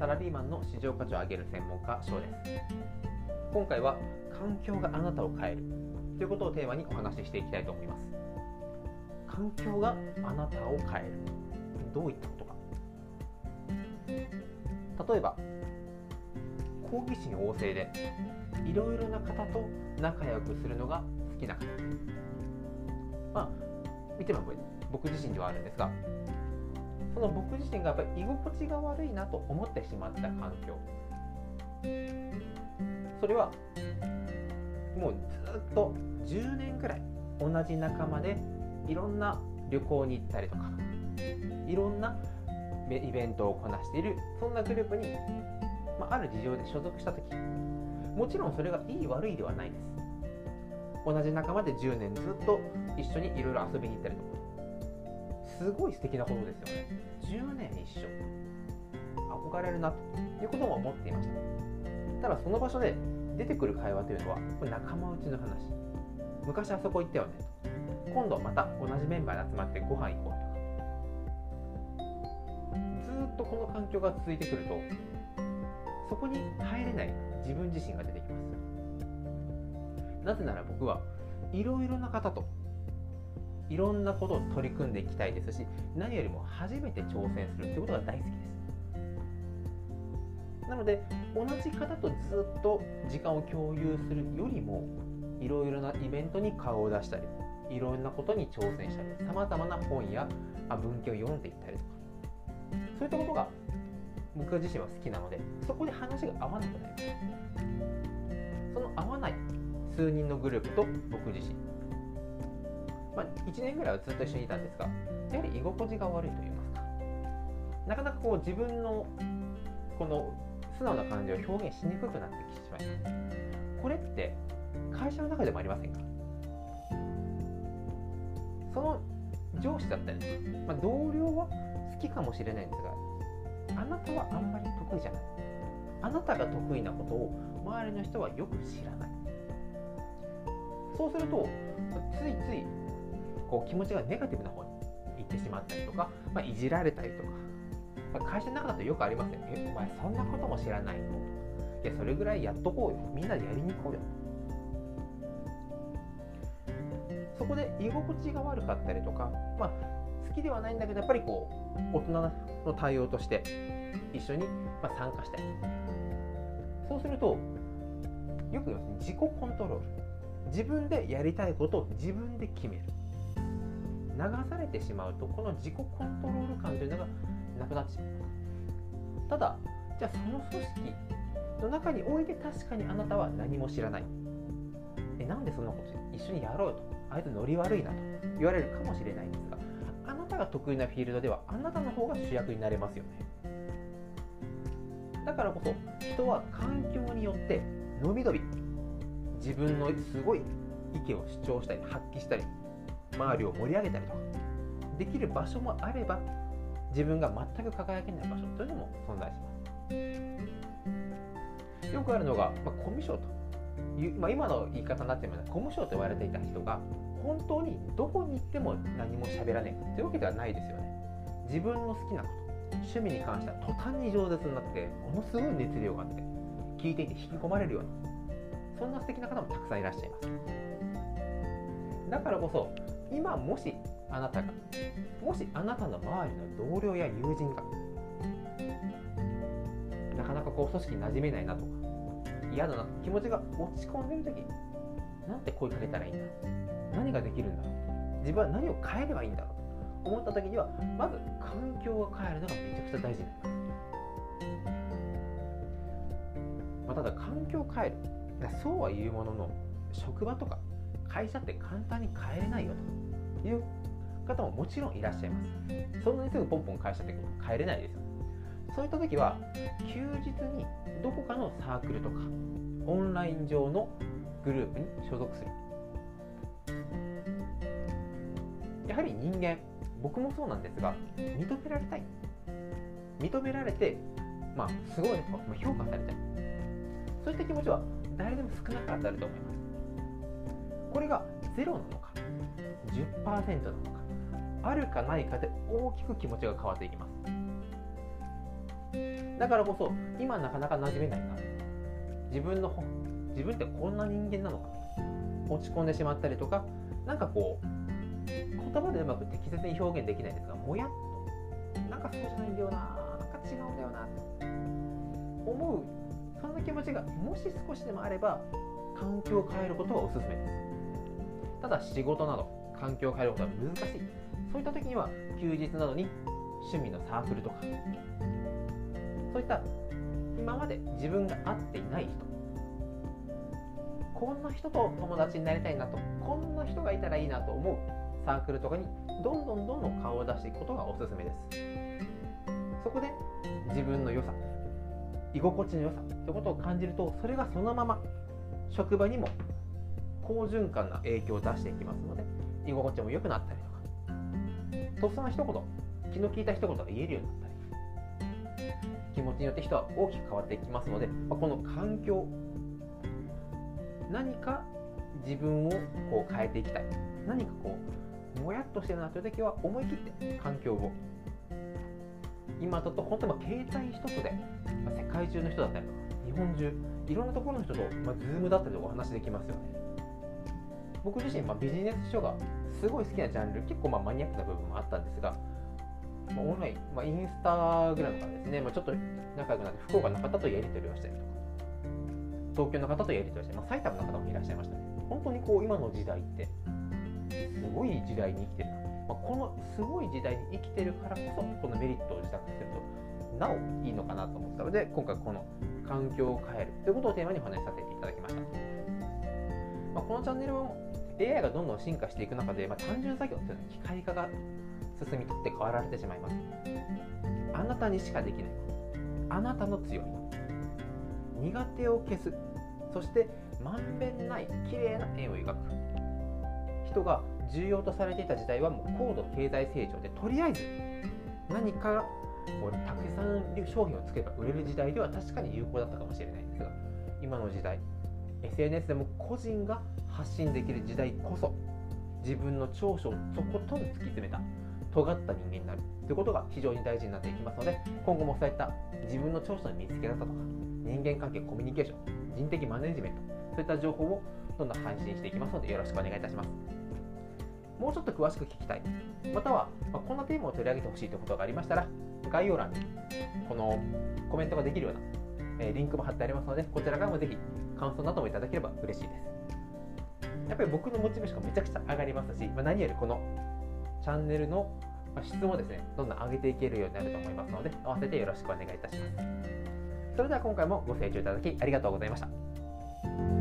ラリーマンの市場価値を上げる専門家翔です。今回は環境があなたを変えるということをテーマにお話ししていきたいと思います。環境があなたを変える、どういったことか。例えば好奇心旺盛でいろいろな方と仲良くするのが好きな方、見ても僕自身ではあるんですが、その僕自身がやっぱり居心地が悪いなと思ってしまった環境、それはもうずっと10年くらい同じ仲間でいろんな旅行に行ったりとか、いろんなイベントをこなしている、そんなグループに、ある事情で所属したとき、もちろんそれがいい悪いではないです。同じ仲間で10年ずっと一緒にいろいろ遊びに行ったりとか、すごい素敵なことですよね。10年一緒、憧れるなということも思っていました。ただその場所で出てくる会話というのは仲間内の話、昔あそこ行ったよね、今度また同じメンバーで集まってご飯行こうとか、ずっとこの環境が続いてくると、そこに入れない自分自身が出てきます。なぜなら僕はいろいろな方といろんなことを取り組んでいきたいですし、何よりも初めて挑戦するということが大好きです。なので同じ方とずっと時間を共有するよりも、いろいろなイベントに顔を出したり、いろんなことに挑戦したり、さまざまな本や文献を読んでいったりとか、そういったことが僕自身は好きなので、そこで話が合わなくなります。その合わない数人のグループと僕自身、1年ぐらいはずっと一緒にいたんですが、やはり居心地が悪いといいますか、なかなか自分のこの素直な感情を表現しにくくなってきてしまいます。これって会社の中でもありませんか？その上司だったりとか、同僚は好きかもしれないんですが、あなたはあんまり得意じゃない。あなたが得意なことを周りの人はよく知らない。そうするとついつい気持ちがネガティブな方に行ってしまったりとか、いじられたりとか、会社の中だとよくありますよね。お前そんなことも知らないの？いや、それぐらいやっとこうよ、みんなでやりに行こうよ。そこで居心地が悪かったりとか、好きではないんだけど、やっぱり大人の対応として一緒に参加したい。そうするとよく言いますね、自己コントロール。自分でやりたいことを自分で決める。流されてしまうと、この自己コントロール感というのがなくなってしまう。ただ、じゃあその組織の中において確かにあなたは何も知らない。なんでそんなこと一緒にやろうよと、あいつノリ悪いなと言われるかもしれないんですが、あなたが得意なフィールドではあなたの方が主役になれますよね。だからこそ人は環境によってのびのび自分のすごい意見を主張したり発揮したり、周りを盛り上げたりとかできる場所もあれば、自分が全く輝けない場所というのも存在します。よくあるのが、コミュ障という、今の言い方になってもコミュ障と言われていた人が本当にどこに行っても何も喋らないというわけではないですよね。自分の好きなこと、趣味に関しては途端に上手になって、ものすごい熱量があって聞いていて引き込まれるような、そんな素敵な方もたくさんいらっしゃいます。だからこそ今もしあなたの周りの同僚や友人がなかなか組織に馴染めないなとか、嫌だなと気持ちが落ち込んでるとき、なんて声かけたらいいんだろう、何ができるんだろう、自分は何を変えればいいんだろうと思ったときには、まず環境を変えるのがめちゃくちゃ大事になります。ただ環境を変える、そうは言うものの、職場とか会社って簡単に変えれないよという方ももちろんいらっしゃいます。そんなにすぐポンポン会社って変えれないですよ。そういった時は休日にどこかのサークルとかオンライン上のグループに所属する。やはり人間、僕もそうなんですが、認められたい、認められて、すごい評価されたい、そういった気持ちは誰でも少なからずあると思います。これが0なのか 10% なのか、あるかないかで大きく気持ちが変わっていきます。 だからこそ今なかなか馴染めないな、自分ってこんな人間なのかと落ち込んでしまったりとか、なんかこう言葉でうまく適切に表現できないんですが、もやっとなんかそうじゃないんだよな、なんか違うんだよなと思う、そんな気持ちがもし少しでもあれば環境を変えることがおすすめです。ただ仕事など環境を変えることは難しい、そういった時には休日などに趣味のサークルとか、そういった今まで自分が会っていない人、こんな人と友達になりたいなと、こんな人がいたらいいなと思うサークルとかにどんどん顔を出していくことがおすすめです。そこで自分の良さ、居心地の良さということを感じると、それがそのまま職場にも好循環な影響を出していきますので、居心地も良くなったりとか、とっさな一言、気の利いた一言が言えるようになったり、気持ちによって人は大きく変わっていきますので、この環境、何か自分をこう変えていきたい、何かこうもやっとしてるなという時は思い切って環境を、今だと本当に携帯一つで世界中の人だったりとか、日本中いろんなところの人と、Zoom だったりとかお話できますよね。僕自身、ビジネス書がすごい好きなジャンル、結構マニアックな部分もあったんですが、オンライン、インスタグラムからですね、ちょっと仲良くなって福岡の方とやり取りをしたりとか、東京の方とやり取りして、埼玉の方もいらっしゃいましたね。本当にこう今の時代ってすごい時代に生きてるな、このすごい時代に生きてるからこそこのメリットを自覚するとなおいいのかなと思ったので、今回この環境を変えるということをテーマにお話しさせていただきました。このチャンネルも AI がどんどん進化していく中で、単純作業というのは機械化が進み取って変わられてしまいます。あなたにしかできないこと、あなたの強み、苦手を消す、そしてまんべんない綺麗な円を描く人が重要とされていた時代はもう高度経済成長で、とりあえず何かたくさん商品を作れば売れる時代では確かに有効だったかもしれないんですが、今の時代 SNS でも個人が発信できる時代こそ、自分の長所をとことん突き詰めた尖った人間になるということが非常に大事になっていきますので、今後もそういった自分の長所の見つけ方とか、人間関係、コミュニケーション、人的マネジメント、そういった情報をどんどん配信していきますので、よろしくお願いいたします。もうちょっと詳しく聞きたい、または、こんなテーマを取り上げてほしいということがありましたら、概要欄にこのコメントができるような、リンクも貼ってありますので、こちらからもぜひ感想などもいただければ嬉しいです。やっぱり僕のモチベーションがめちゃくちゃ上がりますし、何よりこのチャンネルの質もですね、どんどん上げていけるようになると思いますので、合わせてよろしくお願いいたします。それでは今回もご清聴いただきありがとうございました。